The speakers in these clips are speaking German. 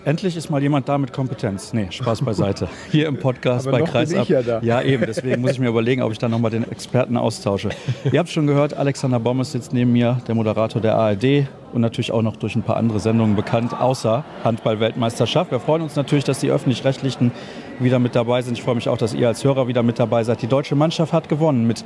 Endlich ist mal jemand da mit Kompetenz. Nee, Spaß beiseite. Hier im Podcast aber bei noch Kreisab. bin ich ja da. Ja, eben. Deswegen muss ich mir überlegen, ob ich dann nochmal den Experten austausche. Ihr habt schon gehört, Alexander Bommes sitzt neben mir, der Moderator der ARD und natürlich auch noch durch ein paar andere Sendungen bekannt, außer Handball-Weltmeisterschaft. Wir freuen uns natürlich, dass die Öffentlich-Rechtlichen wieder mit dabei sind. Ich freue mich auch, dass ihr als Hörer wieder mit dabei seid. Die deutsche Mannschaft hat gewonnen mit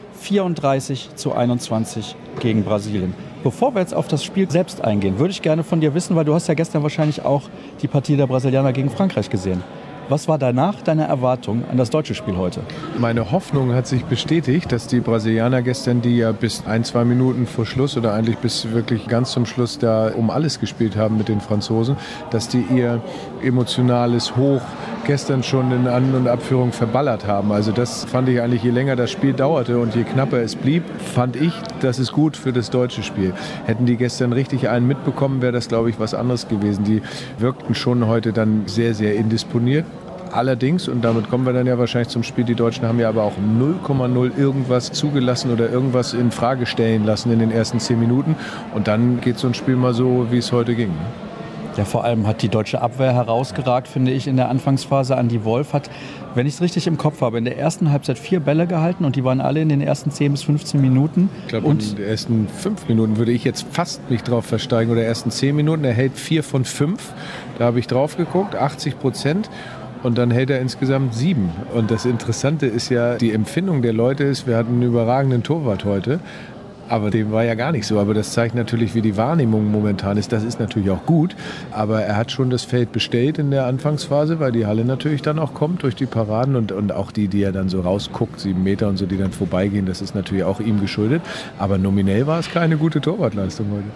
34-21 gegen Brasilien. Bevor wir jetzt auf das Spiel selbst eingehen, würde ich gerne von dir wissen, weil du hast ja gestern wahrscheinlich auch die Partie der Brasilianer gegen Frankreich gesehen. Was war danach deine Erwartung an das deutsche Spiel heute? Meine Hoffnung hat sich bestätigt, dass die Brasilianer gestern, die ja bis 1-2 Minuten vor Schluss oder eigentlich bis wirklich ganz zum Schluss da um alles gespielt haben mit den Franzosen, dass die ihr emotionales Hoch gestern schon in An- und Abführung verballert haben. Also das fand ich eigentlich, je länger das Spiel dauerte und je knapper es blieb, fand ich, das ist gut für das deutsche Spiel. Hätten die gestern richtig einen mitbekommen, wäre das, glaube ich, was anderes gewesen. Die wirkten schon heute dann sehr, sehr indisponiert. Allerdings, und damit kommen wir dann ja wahrscheinlich zum Spiel, die Deutschen haben ja aber auch 0,0 irgendwas zugelassen oder irgendwas in Frage stellen lassen in den ersten 10 Minuten. Und dann geht so ein Spiel mal so, wie es heute ging. Ja, vor allem hat die deutsche Abwehr herausgeragt, finde ich, in der Anfangsphase. Andi Wolf hat, wenn ich es richtig im Kopf habe, in der ersten Halbzeit 4 Bälle gehalten und die waren alle in den ersten 10 bis 15 Minuten. Ich glaube, in den ersten 5 Minuten würde ich jetzt fast mich drauf versteigen oder ersten 10 Minuten. Er hält 4 von 5. Da habe ich drauf geguckt, 80%. Und dann hält er insgesamt 7. Und das Interessante ist ja, die Empfindung der Leute ist, wir hatten einen überragenden Torwart heute. Aber dem war ja gar nicht so. Aber das zeigt natürlich, wie die Wahrnehmung momentan ist. Das ist natürlich auch gut. Aber er hat schon das Feld bestellt in der Anfangsphase, weil die Halle natürlich dann auch kommt durch die Paraden und auch die er dann so rausguckt, 7 Meter und so, die dann vorbeigehen. Das ist natürlich auch ihm geschuldet. Aber nominell war es keine gute Torwartleistung heute.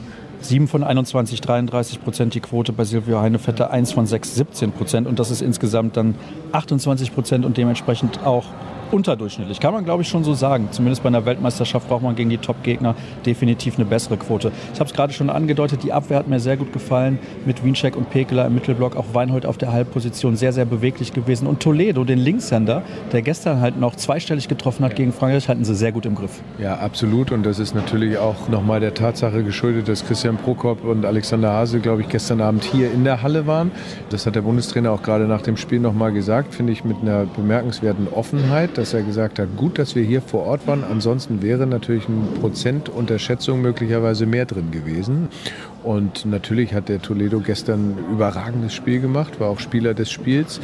7 von 21, 33% die Quote bei Silvio Heinevetter, 1 von 6, 17%. Und das ist insgesamt dann 28% und dementsprechend auch unterdurchschnittlich. Kann man, glaube ich, schon so sagen. Zumindest bei einer Weltmeisterschaft braucht man gegen die Top-Gegner definitiv eine bessere Quote. Ich habe es gerade schon angedeutet, die Abwehr hat mir sehr gut gefallen. Mit Wiencheck und Pekeler im Mittelblock, auch Weinhold auf der Halbposition, sehr, sehr beweglich gewesen. Und Toledo, den Linkshänder, der gestern halt noch zweistellig getroffen hat gegen Frankreich, hatten sie sehr gut im Griff. Ja, absolut. Und das ist natürlich auch nochmal der Tatsache geschuldet, dass Christian Prokop und Alexander Hase, glaube ich, gestern Abend hier in der Halle waren. Das hat der Bundestrainer auch gerade nach dem Spiel nochmal gesagt, finde ich, mit einer bemerkenswerten Offenheit, dass er gesagt hat, gut, dass wir hier vor Ort waren. Ansonsten wäre natürlich ein Prozent Unterschätzung möglicherweise mehr drin gewesen. Und natürlich hat der Toledo gestern ein überragendes Spiel gemacht, war auch Spieler des Spiels.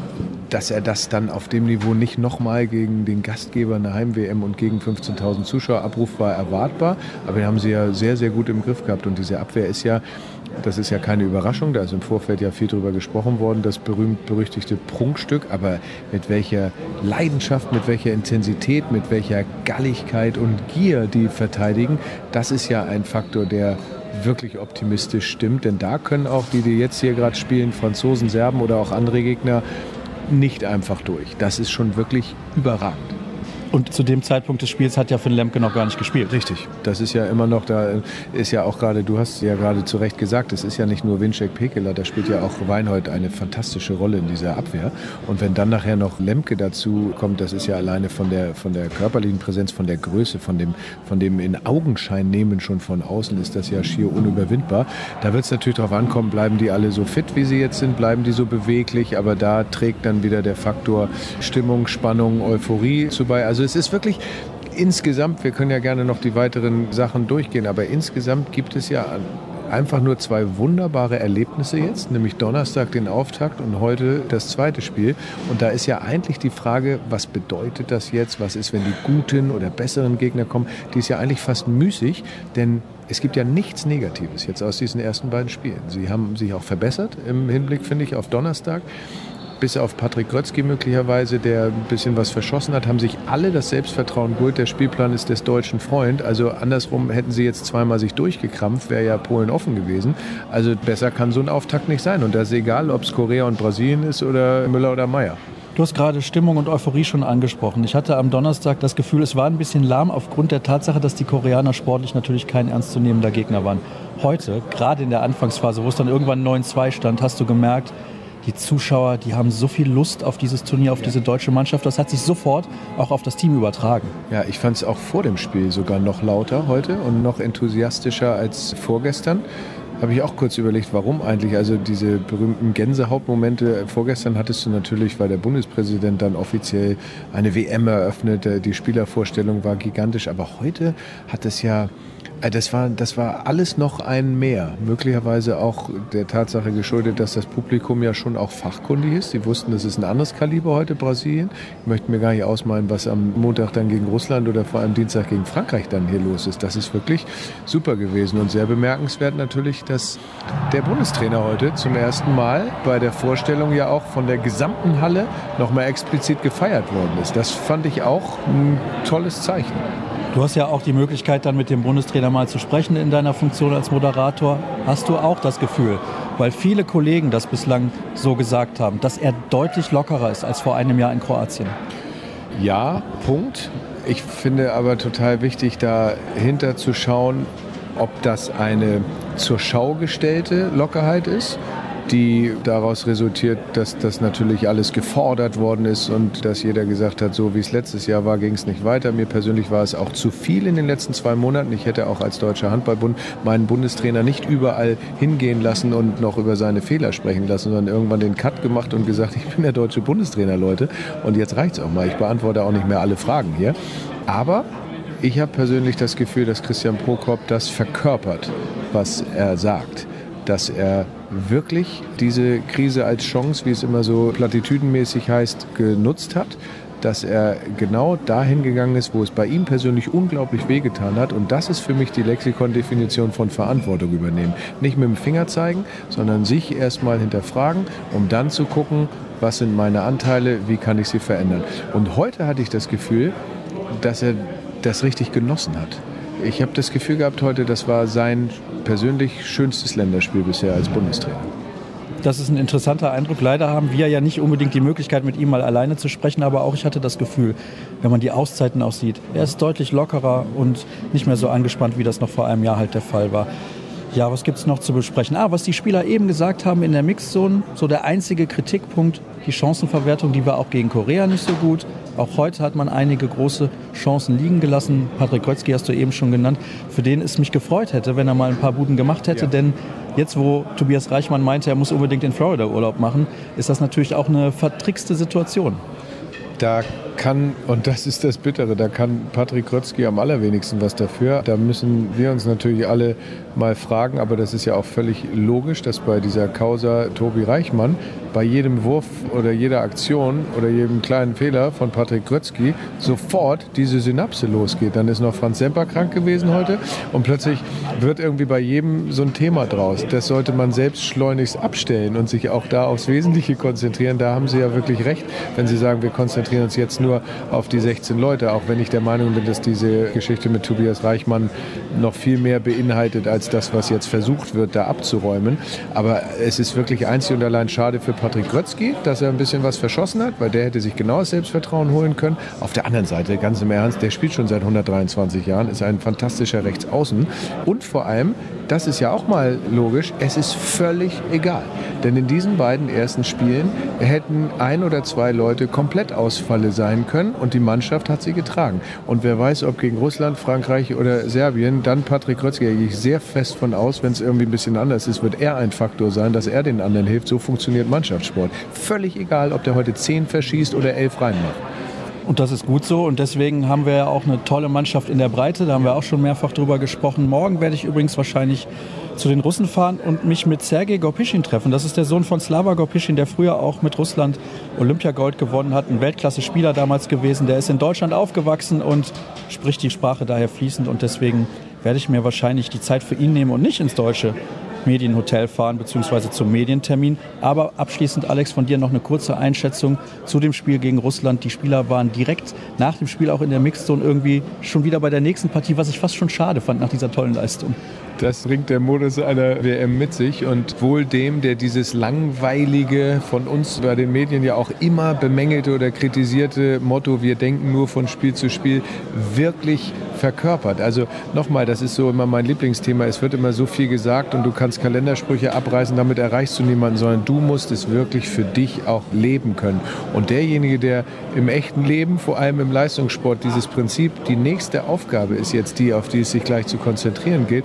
Dass er das dann auf dem Niveau nicht nochmal gegen den Gastgeber eine Heim-WM und gegen 15.000 Zuschauer abruft, war erwartbar. Aber wir haben sie ja sehr, sehr gut im Griff gehabt. Und diese Abwehr ist ja, das ist ja keine Überraschung, da ist im Vorfeld ja viel drüber gesprochen worden, das berühmt-berüchtigte Prunkstück. Aber mit welcher Leidenschaft, mit welcher Intensität, mit welcher Galligkeit und Gier die verteidigen, das ist ja ein Faktor, der wirklich optimistisch stimmt. Denn da können auch die jetzt hier gerade spielen, Franzosen, Serben oder auch andere Gegner, nicht einfach durch. Das ist schon wirklich überragend. Und zu dem Zeitpunkt des Spiels hat ja Finn Lemke noch gar nicht gespielt. Richtig. Das ist ja immer noch, da ist ja auch gerade, du hast ja gerade zu Recht gesagt, es ist ja nicht nur Wiencheck Pekeler, da spielt ja auch Weinhold eine fantastische Rolle in dieser Abwehr. Und wenn dann nachher noch Lemke dazu kommt, das ist ja alleine von der körperlichen Präsenz, von der Größe, von dem in Augenschein nehmen schon von außen, ist das ja schier unüberwindbar. Da wird es natürlich darauf ankommen, bleiben die alle so fit, wie sie jetzt sind, bleiben die so beweglich, aber da trägt dann wieder der Faktor Stimmung, Spannung, Euphorie zu bei. Also es ist wirklich insgesamt, wir können ja gerne noch die weiteren Sachen durchgehen, aber insgesamt gibt es ja einfach nur 2 wunderbare Erlebnisse jetzt, nämlich Donnerstag den Auftakt und heute das zweite Spiel. Und da ist ja eigentlich die Frage, was bedeutet das jetzt? Was ist, wenn die guten oder besseren Gegner kommen? Die ist ja eigentlich fast müßig, denn es gibt ja nichts Negatives jetzt aus diesen ersten beiden Spielen. Sie haben sich auch verbessert im Hinblick, finde ich, auf Donnerstag. Bis auf Patrick Grötzky möglicherweise, der ein bisschen was verschossen hat, haben sich alle das Selbstvertrauen geholt. Der Spielplan ist des deutschen Freund. Also andersrum hätten sie jetzt zweimal sich durchgekrampft, wäre ja Polen offen gewesen. Also besser kann so ein Auftakt nicht sein. Und das ist egal, ob es Korea und Brasilien ist oder Müller oder Meier. Du hast gerade Stimmung und Euphorie schon angesprochen. Ich hatte am Donnerstag das Gefühl, es war ein bisschen lahm aufgrund der Tatsache, dass die Koreaner sportlich natürlich kein ernstzunehmender Gegner waren. Heute, gerade in der Anfangsphase, wo es dann irgendwann 9-2 stand, hast du gemerkt, die Zuschauer, die haben so viel Lust auf dieses Turnier, auf diese deutsche Mannschaft. Das hat sich sofort auch auf das Team übertragen. Ja, ich fand es auch vor dem Spiel sogar noch lauter heute und noch enthusiastischer als vorgestern. Habe ich auch kurz überlegt, warum eigentlich? Also diese berühmten Gänsehautmomente. Vorgestern hattest du natürlich, weil der Bundespräsident dann offiziell eine WM eröffnete. Die Spielervorstellung war gigantisch. Aber heute hat es ja... Das war alles noch ein Mehr. Möglicherweise auch der Tatsache geschuldet, dass das Publikum ja schon auch fachkundig ist. Sie wussten, das ist ein anderes Kaliber heute, Brasilien. Ich möchte mir gar nicht ausmalen, was am Montag dann gegen Russland oder vor allem Dienstag gegen Frankreich dann hier los ist. Das ist wirklich super gewesen und sehr bemerkenswert natürlich, dass der Bundestrainer heute zum ersten Mal bei der Vorstellung ja auch von der gesamten Halle nochmal explizit gefeiert worden ist. Das fand ich auch ein tolles Zeichen. Du hast ja auch die Möglichkeit, dann mit dem Bundestrainer mal zu sprechen in deiner Funktion als Moderator. Hast du auch das Gefühl, weil viele Kollegen das bislang so gesagt haben, dass er deutlich lockerer ist als vor einem Jahr in Kroatien? Ja, Punkt. Ich finde aber total wichtig, dahinter zu schauen, ob das eine zur Schau gestellte Lockerheit ist, die daraus resultiert, dass das natürlich alles gefordert worden ist und dass jeder gesagt hat, so wie es letztes Jahr war, ging es nicht weiter. Mir persönlich war es auch zu viel in den letzten 2 Monaten. Ich hätte auch als Deutscher Handballbund meinen Bundestrainer nicht überall hingehen lassen und noch über seine Fehler sprechen lassen, sondern irgendwann den Cut gemacht und gesagt, ich bin der deutsche Bundestrainer, Leute. Und jetzt reicht's auch mal. Ich beantworte auch nicht mehr alle Fragen hier. Aber ich habe persönlich das Gefühl, dass Christian Prokop das verkörpert, was er sagt. Dass er wirklich diese Krise als Chance, wie es immer so plattitüdenmäßig heißt, genutzt hat, dass er genau dahin gegangen ist, wo es bei ihm persönlich unglaublich wehgetan hat. Und das ist für mich die Lexikon-Definition von Verantwortung übernehmen. Nicht mit dem Finger zeigen, sondern sich erstmal hinterfragen, um dann zu gucken, was sind meine Anteile, wie kann ich sie verändern. Und heute hatte ich das Gefühl, dass er das richtig genossen hat. Ich habe das Gefühl gehabt heute, das war sein persönlich schönstes Länderspiel bisher als Bundestrainer. Das ist ein interessanter Eindruck. Leider haben wir ja nicht unbedingt die Möglichkeit, mit ihm mal alleine zu sprechen, aber auch ich hatte das Gefühl, wenn man die Auszeiten auch sieht, er ist deutlich lockerer und nicht mehr so angespannt, wie das noch vor einem Jahr halt der Fall war. Ja, was gibt es noch zu besprechen? Was die Spieler eben gesagt haben in der Mixzone, so der einzige Kritikpunkt, die Chancenverwertung, die war auch gegen Korea nicht so gut. Auch heute hat man einige große Chancen liegen gelassen. Patrick Grötzky hast du eben schon genannt, für den es mich gefreut hätte, wenn er mal ein paar Buden gemacht hätte. Ja. Denn jetzt, wo Tobias Reichmann meinte, er muss unbedingt in Florida Urlaub machen, ist das natürlich auch eine vertrickste Situation. Da kann, und das ist das Bittere, da kann Patrick Grötzky am allerwenigsten was dafür. Da müssen wir uns natürlich alle mal fragen, aber das ist ja auch völlig logisch, dass bei dieser Causa Tobi Reichmann bei jedem Wurf oder jeder Aktion oder jedem kleinen Fehler von Patrick Grötzky sofort diese Synapse losgeht. Dann ist noch Franz Semper krank gewesen heute und plötzlich wird irgendwie bei jedem so ein Thema draus. Das sollte man selbst schleunigst abstellen und sich auch da aufs Wesentliche konzentrieren. Da haben Sie ja wirklich recht, wenn Sie sagen, wir konzentrieren uns jetzt nur auf die 16 Leute, auch wenn ich der Meinung bin, dass diese Geschichte mit Tobias Reichmann noch viel mehr beinhaltet als das, was jetzt versucht wird, da abzuräumen. Aber es ist wirklich einzig und allein schade für Patrick Grötzky, dass er ein bisschen was verschossen hat, weil der hätte sich genau das Selbstvertrauen holen können. Auf der anderen Seite, ganz im Ernst, der spielt schon seit 123 Jahren, ist ein fantastischer Rechtsaußen und vor allem, das ist ja auch mal logisch, es ist völlig egal. Denn in diesen beiden ersten Spielen hätten 1 oder 2 Leute komplett Ausfälle sein können und die Mannschaft hat sie getragen. Und wer weiß, ob gegen Russland, Frankreich oder Serbien, dann Patrick Grötzky, da gehe ich sehr fest von aus, wenn es irgendwie ein bisschen anders ist, wird er ein Faktor sein, dass er den anderen hilft. So funktioniert Mannschaftssport. Völlig egal, ob der heute 10 verschießt oder 11 reinmacht. Und das ist gut so und deswegen haben wir ja auch eine tolle Mannschaft in der Breite, da haben wir auch schon mehrfach drüber gesprochen. Morgen werde ich übrigens wahrscheinlich zu den Russen fahren und mich mit Sergei Gorpischin treffen. Das ist der Sohn von Slava Gorpischin, der früher auch mit Russland Olympiagold gewonnen hat, ein Weltklasse-Spieler damals gewesen. Der ist in Deutschland aufgewachsen und spricht die Sprache daher fließend und deswegen werde ich mir wahrscheinlich die Zeit für ihn nehmen und nicht ins deutsche Medienhotel fahren, beziehungsweise zum Medientermin. Aber abschließend, Alex, von dir noch eine kurze Einschätzung zu dem Spiel gegen Russland. Die Spieler waren direkt nach dem Spiel auch in der Mixzone irgendwie schon wieder bei der nächsten Partie, was ich fast schon schade fand nach dieser tollen Leistung. Das bringt der Modus einer WM mit sich und wohl dem, der dieses langweilige, von uns bei den Medien ja auch immer bemängelte oder kritisierte Motto, wir denken nur von Spiel zu Spiel, wirklich verkörpert. Also nochmal, das ist so immer mein Lieblingsthema, es wird immer so viel gesagt und du kannst Kalendersprüche abreißen, damit erreichst du niemanden, sondern du musst es wirklich für dich auch leben können. Und derjenige, der im echten Leben, vor allem im Leistungssport, dieses Prinzip, die nächste Aufgabe ist jetzt die, auf die es sich gleich zu konzentrieren gilt, der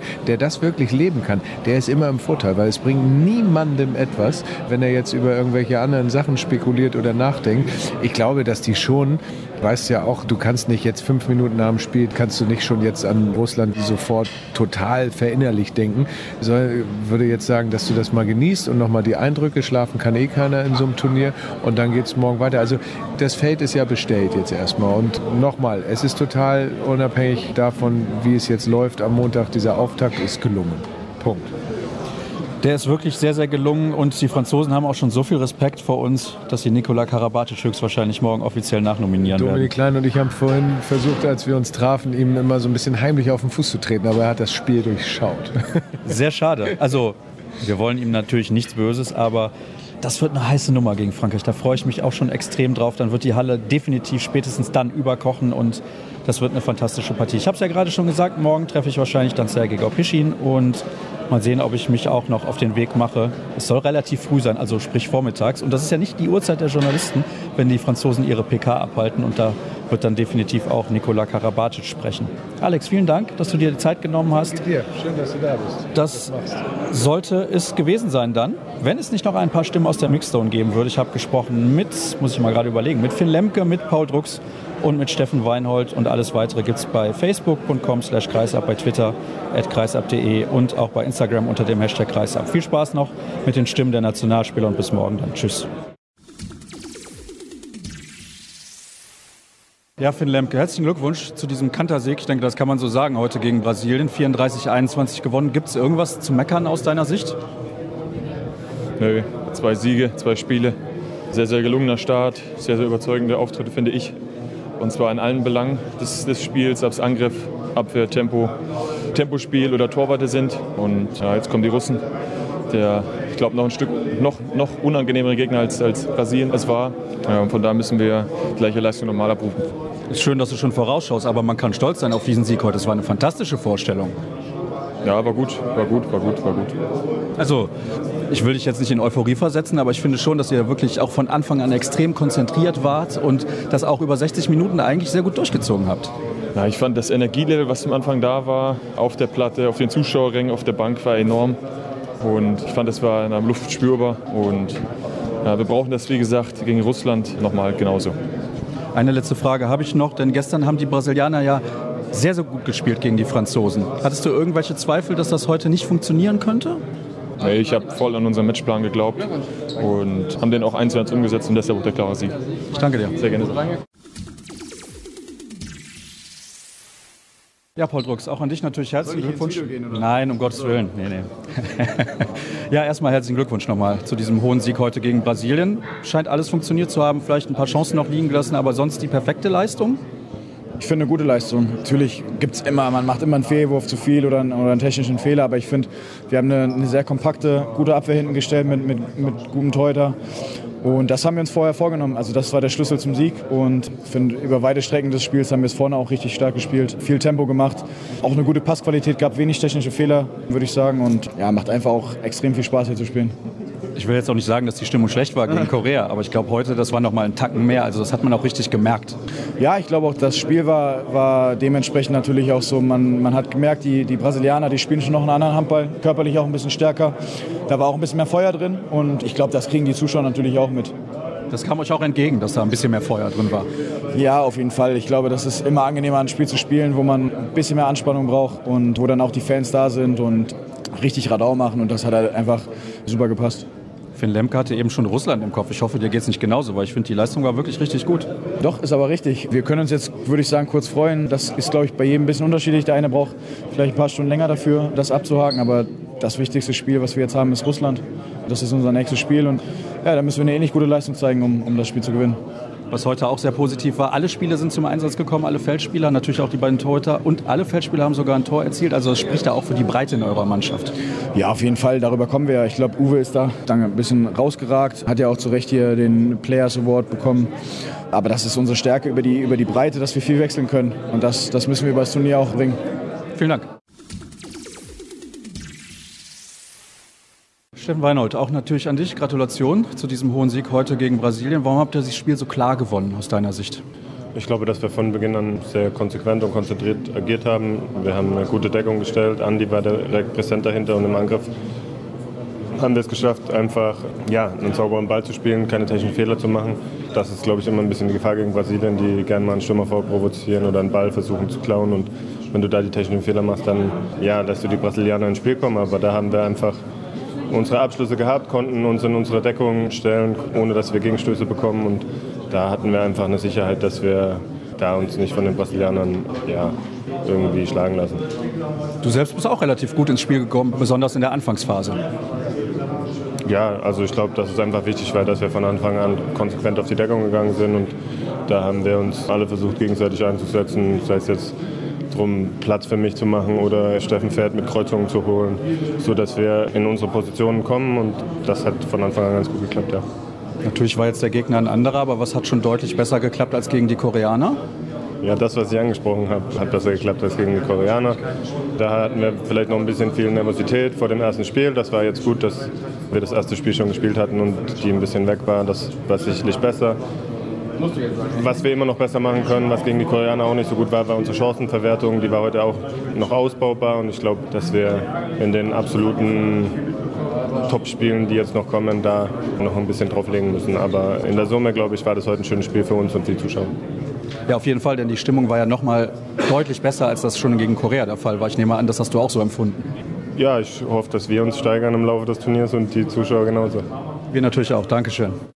das wirklich leben kann, der ist immer im Vorteil, weil es bringt niemandem etwas, wenn er jetzt über irgendwelche anderen Sachen spekuliert oder nachdenkt. Ich glaube, dass die schon, weißt ja auch, du kannst nicht jetzt 5 Minuten nach dem Spiel, kannst du nicht schon jetzt an Russland sofort total verinnerlicht denken. Ich würde jetzt sagen, dass du das mal genießt und nochmal die Eindrücke, schlafen kann eh keiner in so einem Turnier und dann geht es morgen weiter. Also das Feld ist ja bestellt jetzt erstmal und nochmal, es ist total unabhängig davon, wie es jetzt läuft am Montag, dieser Auftakt ist gelungen. Punkt. Der ist wirklich sehr, sehr gelungen und die Franzosen haben auch schon so viel Respekt vor uns, dass sie Nikola Karabatic höchstwahrscheinlich morgen offiziell nachnominieren werden. Dominik Klein und ich haben vorhin versucht, als wir uns trafen, ihm immer so ein bisschen heimlich auf den Fuß zu treten, aber er hat das Spiel durchschaut. Sehr schade. Also wir wollen ihm natürlich nichts Böses, aber das wird eine heiße Nummer gegen Frankreich. Da freue ich mich auch schon extrem drauf. Dann wird die Halle definitiv spätestens dann überkochen und das wird eine fantastische Partie. Ich habe es ja gerade schon gesagt, morgen treffe ich wahrscheinlich dann Sergei Gaupischin und mal sehen, ob ich mich auch noch auf den Weg mache. Es soll relativ früh sein, also sprich vormittags. Und das ist ja nicht die Uhrzeit der Journalisten, wenn die Franzosen ihre PK abhalten. Und da wird dann definitiv auch Nikola Karabatic sprechen. Alex, vielen Dank, dass du dir die Zeit genommen hast. Danke dir. Schön, dass du da bist. Das sollte es gewesen sein dann, wenn es nicht noch ein paar Stimmen aus der Mixzone geben würde. Ich habe gesprochen mit, muss ich mal gerade überlegen, mit Finn Lemke, mit Paul Drucks und mit Steffen Weinhold und alles weitere gibt es bei facebook.com/kreisab, bei Twitter @kreisab.de und auch bei Instagram unter dem Hashtag Kreisab. Viel Spaß noch mit den Stimmen der Nationalspieler und bis morgen dann. Tschüss. Ja, Finn Lemke, herzlichen Glückwunsch zu diesem Kantersieg. Ich denke, das kann man so sagen, heute gegen Brasilien. 34-21 gewonnen. Gibt es irgendwas zu meckern aus deiner Sicht? Nö, 2 Siege, 2 Spiele. Sehr, sehr gelungener Start, sehr, sehr überzeugende Auftritte, finde ich. Und zwar in allen Belangen des Spiels, ob es Angriff, Abwehr, Tempospiel oder Torwarte sind. Und ja, jetzt kommen die Russen, der, ich glaube, noch ein Stück noch unangenehmere Gegner als Brasilien es war. Ja, und von da müssen wir gleiche Leistung normal abrufen. Ist schön, dass du schon vorausschaust, aber man kann stolz sein auf diesen Sieg heute. Es war eine fantastische Vorstellung. Ja, war gut. Also, ich will dich jetzt nicht in Euphorie versetzen, aber ich finde schon, dass ihr wirklich auch von Anfang an extrem konzentriert wart und das auch über 60 Minuten eigentlich sehr gut durchgezogen habt. Ja, ich fand das Energielevel, was am Anfang da war, auf der Platte, auf den Zuschauerrängen, auf der Bank, war enorm. Und ich fand, das war in der Luft spürbar. Und ja, wir brauchen das, wie gesagt, gegen Russland nochmal genauso. Eine letzte Frage habe ich noch, denn gestern haben die Brasilianer ja sehr, sehr gut gespielt gegen die Franzosen. Hattest du irgendwelche Zweifel, dass das heute nicht funktionieren könnte? Nee, ich habe voll an unseren Matchplan geglaubt und haben den auch 1:1 umgesetzt und deshalb auch der klare Sieg. Ich danke dir. Sehr gerne. Ja, Paul Drucks, auch an dich natürlich herzlichen Glückwunsch. Nein, um Gottes Willen. Nee. Ja, erstmal herzlichen Glückwunsch nochmal zu diesem hohen Sieg heute gegen Brasilien. Scheint alles funktioniert zu haben, vielleicht ein paar Chancen noch liegen gelassen, aber sonst die perfekte Leistung? Ich finde eine gute Leistung. Natürlich gibt's immer, man macht immer einen Fehlwurf zu viel oder einen technischen Fehler, aber ich finde, wir haben eine sehr kompakte, gute Abwehr hinten gestellt mit gutem Torhüter. Und das haben wir uns vorher vorgenommen. Also das war der Schlüssel zum Sieg. Und ich finde, über weite Strecken des Spiels haben wir es vorne auch richtig stark gespielt. Viel Tempo gemacht, auch eine gute Passqualität, gab wenig technische Fehler, würde ich sagen. Und ja, macht einfach auch extrem viel Spaß hier zu spielen. Ich will jetzt auch nicht sagen, dass die Stimmung schlecht war gegen Korea, aber ich glaube heute, das war noch mal ein Tacken mehr. Also das hat man auch richtig gemerkt. Ja, ich glaube auch, das Spiel war dementsprechend natürlich auch so, man hat gemerkt, die Brasilianer, die spielen schon noch einen anderen Handball, körperlich auch ein bisschen stärker. Da war auch ein bisschen mehr Feuer drin und ich glaube, das kriegen die Zuschauer natürlich auch mit. Das kam euch auch entgegen, dass da ein bisschen mehr Feuer drin war? Ja, auf jeden Fall. Ich glaube, das ist immer angenehmer, ein Spiel zu spielen, wo man ein bisschen mehr Anspannung braucht und wo dann auch die Fans da sind und richtig Radau machen und das hat halt einfach super gepasst. Finn Lemke hatte eben schon Russland im Kopf. Ich hoffe, dir geht es nicht genauso, weil ich finde, die Leistung war wirklich richtig gut. Doch, ist aber richtig. Wir können uns jetzt, würde ich sagen, kurz freuen. Das ist, glaube ich, bei jedem ein bisschen unterschiedlich. Der eine braucht vielleicht ein paar Stunden länger dafür, das abzuhaken. Aber das wichtigste Spiel, was wir jetzt haben, ist Russland. Das ist unser nächstes Spiel. Und ja, da müssen wir eine ähnlich gute Leistung zeigen, um das Spiel zu gewinnen. Was heute auch sehr positiv war, alle Spieler sind zum Einsatz gekommen, alle Feldspieler, natürlich auch die beiden Torhüter und alle Feldspieler haben sogar ein Tor erzielt. Also das spricht da auch für die Breite in eurer Mannschaft. Ja, auf jeden Fall, darüber kommen wir. Ich glaube, Uwe ist da dann ein bisschen rausgeragt, hat ja auch zu Recht hier den Players Award bekommen. Aber das ist unsere Stärke über die Breite, dass wir viel wechseln können. Und das müssen wir über das Turnier auch bringen. Vielen Dank. Steffen Weinhold, auch natürlich an dich. Gratulation zu diesem hohen Sieg heute gegen Brasilien. Warum habt ihr das Spiel so klar gewonnen aus deiner Sicht? Ich glaube, dass wir von Beginn an sehr konsequent und konzentriert agiert haben. Wir haben eine gute Deckung gestellt. Andi war direkt präsent dahinter und im Angriff haben wir es geschafft, einfach einen sauberen Ball zu spielen, keine technischen Fehler zu machen. Das ist, glaube ich, immer ein bisschen die Gefahr gegen Brasilien, die gerne mal einen Stürmer vorprovozieren oder einen Ball versuchen zu klauen. Und wenn du da die technischen Fehler machst, dann lässt du die Brasilianer ins Spiel kommen. Aber da haben wir einfach unsere Abschlüsse gehabt, konnten uns in unsere Deckung stellen, ohne dass wir Gegenstöße bekommen. Und da hatten wir einfach eine Sicherheit, dass wir da uns nicht von den Brasilianern irgendwie schlagen lassen. Du selbst bist auch relativ gut ins Spiel gekommen, besonders in der Anfangsphase. Ja, also ich glaube, dass es einfach wichtig war, dass wir von Anfang an konsequent auf die Deckung gegangen sind. Und da haben wir uns alle versucht, gegenseitig einzusetzen, sei es jetzt darum, Platz für mich zu machen oder Steffen Pferd mit Kreuzungen zu holen, sodass wir in unsere Positionen kommen. Und das hat von Anfang an ganz gut geklappt, ja. Natürlich war jetzt der Gegner ein anderer, aber was hat schon deutlich besser geklappt als gegen die Koreaner? Ja, das, was ich angesprochen habe, hat besser geklappt als gegen die Koreaner. Da hatten wir vielleicht noch ein bisschen viel Nervosität vor dem ersten Spiel. Das war jetzt gut, dass wir das erste Spiel schon gespielt hatten und die ein bisschen weg war. Das war sicherlich besser. Was wir immer noch besser machen können, was gegen die Koreaner auch nicht so gut war, war unsere Chancenverwertung. Die war heute auch noch ausbaubar und ich glaube, dass wir in den absoluten Top-Spielen, die jetzt noch kommen, da noch ein bisschen drauflegen müssen. Aber in der Summe, glaube ich, war das heute ein schönes Spiel für uns und die Zuschauer. Ja, auf jeden Fall, denn die Stimmung war ja noch mal deutlich besser, als das schon gegen Korea der Fall war. Ich nehme an, das hast du auch so empfunden. Ja, ich hoffe, dass wir uns steigern im Laufe des Turniers und die Zuschauer genauso. Wir natürlich auch. Dankeschön.